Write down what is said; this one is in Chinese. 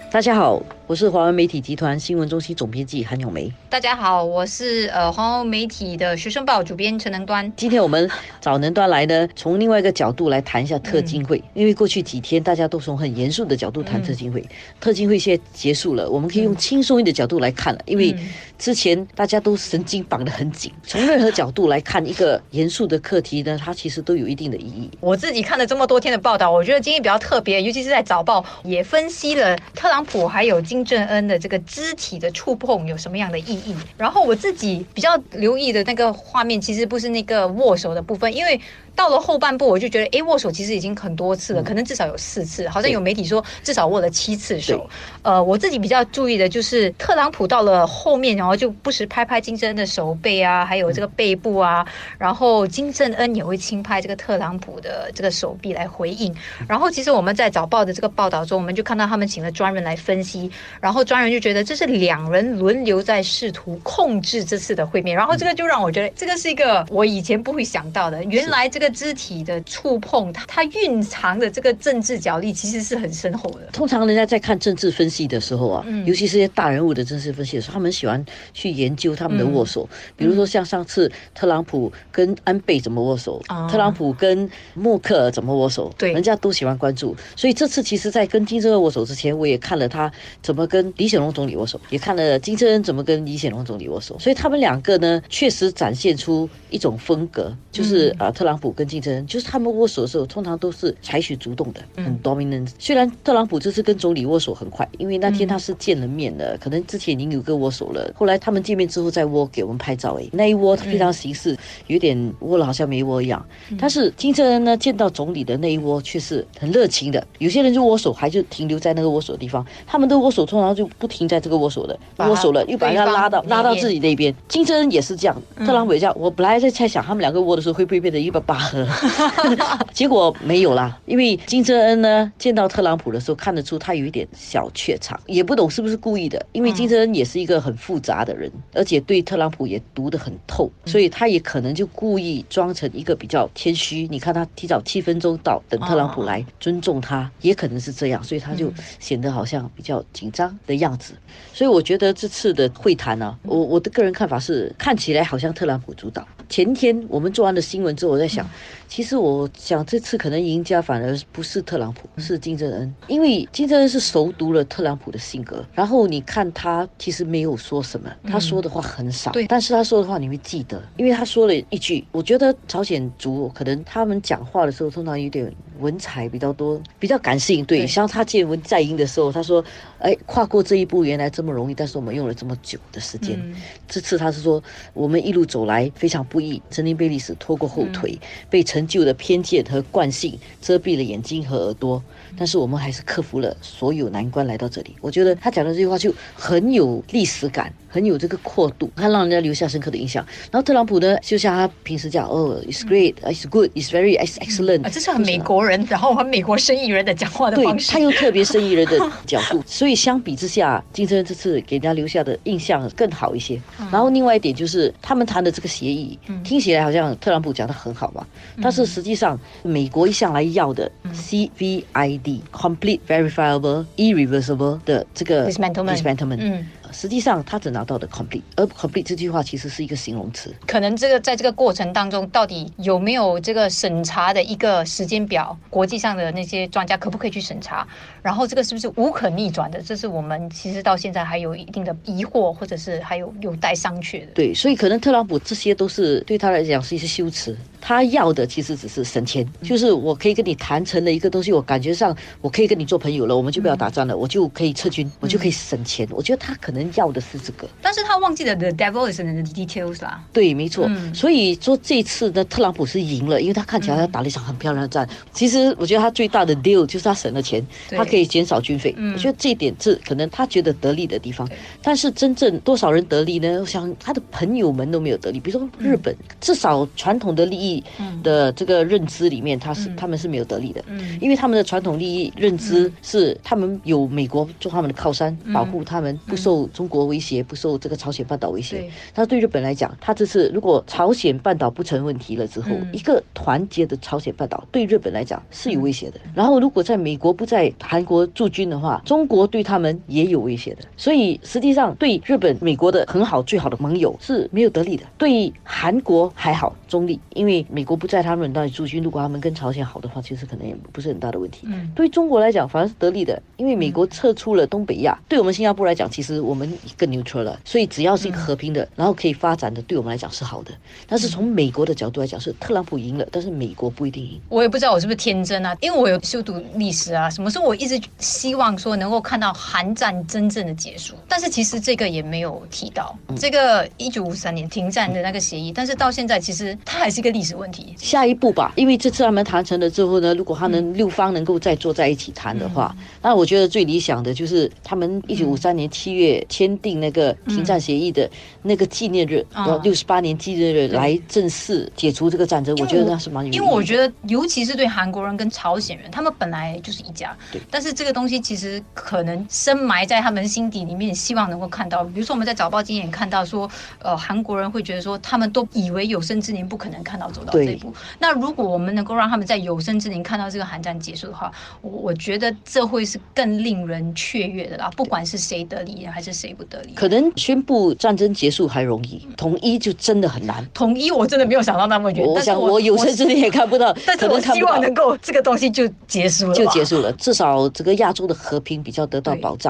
大家好，我是华文媒体集团新闻中心总编辑韩咏梅。 大家好，我是华文媒体的学生报主编陈能端。 今天我们找能端来呢，从另外一个角度来谈一下特金会。因为过去几天大家都从很严肃的角度谈特金会，特金会现在结束了，我们可以用轻松一点的角度来看了。因为之前大家都神经绑得很紧，从任何角度来看一个严肃的课题呢，它其实都有一定的意义。 我自己看了这么多天的报道，我觉得今天比较特别，尤其是在早报也分析了特朗普还有金正恩的这个肢体的触碰有什么样的意义。然后我自己比较留意的那个画面，其实不是那个握手的部分，因为到了后半部我就觉得，握手其实已经很多次了，可能至少有4次，好像有媒体说至少握了7次手。我自己比较注意的就是特朗普到了后面，然后就不时拍拍金正恩的手背啊，还有这个背部啊，然后金正恩也会轻拍这个特朗普的这个手臂来回应。然后其实我们在早报的这个报道中，我们就看到他们请了专人来分析，然后专人就觉得这是2人轮流在试图控制这次的会面，然后这个就让我觉得这个是一个我以前不会想到的，原来这个肢体的触碰它蕴藏的这个政治角力其实是很深厚的。 通常人家在看政治分析的时候啊，尤其是些大人物的政治分析的时候，他们喜欢去研究他们的握手，比如说像上次特朗普跟安倍怎么握手，特朗普跟默克尔怎么握手，人家都喜欢关注。所以这次其实在跟金正恩握手之前，我也看了他怎么跟李显龙总理握手，也看了金正恩怎么跟李显龙总理握手。所以他们2个呢，确实展现出一种风格，就是特朗普跟金正恩，就是他们握手的时候通常都是采取主动的，很 dominant。虽然特朗普这次跟总理握手很快，因为那天他是见了面的，可能之前已经有个握手了，后来他们见面之后再握给我们拍照。那一握非常形式，有点握了好像没握一样。但是金正恩呢，见到总理的那一握却是很热情的。有些人就握手还就停留在那个握手的地方，他们的握手通常就不停在这个握手的，握手了又把他拉到自己那边。金正恩也是这样，特朗普也这样。我本来在猜想他们2个握的时候会不会变成一把拔河，结果没有啦。因为金正恩呢见到特朗普的时候，看得出他有一点小怯场，也不懂是不是故意的。因为金正恩也是一个很复杂的人，而且对特朗普也读得很透，所以他也可能就故意装成一个比较谦虚。你看他提早7分钟到，等特朗普来尊重他，也可能是这样，所以他就显得好像比较紧张的样子。所以我觉得这次的会谈呢，我的个人看法是，看起来好像特朗普主导。前天我们做完了新闻之后，我在想，其实我想这次可能赢家反而不是特朗普，是金正恩，因为金正恩是熟读了特朗普的性格。然后你看他其实没有说什么，他说的话很少，但是他说的话你会记得，因为他说了一句，我觉得朝鲜族可能他们讲话的时候通常有点文采比较多，比较感性。对，像他见文在寅的时候，他说跨过这一步原来这么容易，但是我们用了这么久的时间。这次他是说我们一路走来非常不易，曾经被历史拖过后腿，被陈旧的偏见和惯性遮蔽了眼睛和耳朵，但是我们还是克服了所有难关来到这里。我觉得他讲的这句话就很有历史感，很有这个阔度，他让人家留下深刻的印象。然后特朗普呢，就像他平时讲，it's great, it's good, it's very excellent， 这是很美国人，然后很美国生意人的讲话的方式。 对，他用特别生意人的角度，所以相比之下，金正恩这次给人家留下的印象更好一些。然后另外一点就是他们谈的这个协议，听起来好像特朗普讲的很好嘛，但是实际上美国一向来要的 CVID Complete Verifiable Irreversible 的这个 dismantlement，实际上他只拿到的 complete， 而 complete 这句话其实是一个形容词。 可能在这个过程当中，到底有没有这个审查的一个时间表？国际上的那些专家可不可以去审查？然后这个是不是无可逆转的？这是我们其实到现在还有一定的疑惑，或者是还有待商榷的。 对，所以可能特朗普这些都是对他来讲是一些修辞，他要的其实只是省钱，就是我可以跟你谈成了一个东西，我感觉上我可以跟你做朋友了，我们就不要打仗了，我就可以撤军，我就可以省钱。我觉得他可能要的是这个， 但是他忘记了 the devil is in the details 啦。 对，没错。所以说这一次呢，特朗普是赢了，因为他看起来他打了一场很漂亮的战。其实我觉得他最大的 deal 就是他省了钱，他可以减少军费。我觉得这一点是可能他觉得得利的地方。但是真正多少人得利呢？我想他的朋友们都没有得利，比如说日本，至少传统的利益益的这个认知里面，他们是没有得利的，因为他们的传统利益认知是他们有美国做他们的靠山，保护他们不受中国威胁，不受这个朝鲜半岛威胁。但对日本来讲，他这次如果朝鲜半岛不成问题了之后，一个团结的朝鲜半岛对日本来讲是有威胁的。然后如果在美国不在韩国驻军的话，中国对他们也有威胁的。所以实际上对日本、美国的很好、最好的盟友是没有得利的。对韩国还好，中立，因为美国不在他们那里驻军，如果他们跟朝鲜好的话，其实可能也不是很大的问题。对中国来讲反而是得利的，因为美国撤出了东北亚，对我们新加坡来讲，其实我们更 neutral 了，所以只要是一个和平的，然后可以发展的，对我们来讲是好的。但是从美国的角度来讲，是特朗普赢了，但是美国不一定赢。 我也不知道我是不是天真啊，因为我有修读历史啊，什么时候我一直希望说能够看到韩战真正的结束，但是其实这个也没有提到。这个1953年停战的那个协议，但是到现在其实它还是一个历史问题。 下一步吧，因为这次他们谈成了之后呢，如果他们六方能够再坐在一起谈的话，那我觉得最理想的就是他们1953年7月签订那个停战协议的那个纪念日，68年纪念日来正式解除这个战争。我觉得那是蛮有意义的。 因为我觉得尤其是对韩国人跟朝鲜人，他们本来就是一家，但是这个东西其实可能深埋在他们心底里面，希望能够看到。比如说我们在早报今天也看到说，韩国人会觉得说他们都以为有生之年不可能看到走到这一步。那如果我们能够让他们在有生之年看到这个韩战结束的话，我觉得这会是更令人雀跃的啦。不管是谁得利还是谁不得利， 可能宣布战争结束还容易，统一就真的很难。 统一我真的没有想到那么远， 我想我有生之年也看不到， 但是我希望能够这个东西就结束了， 至少这个亚洲的和平比较得到保障。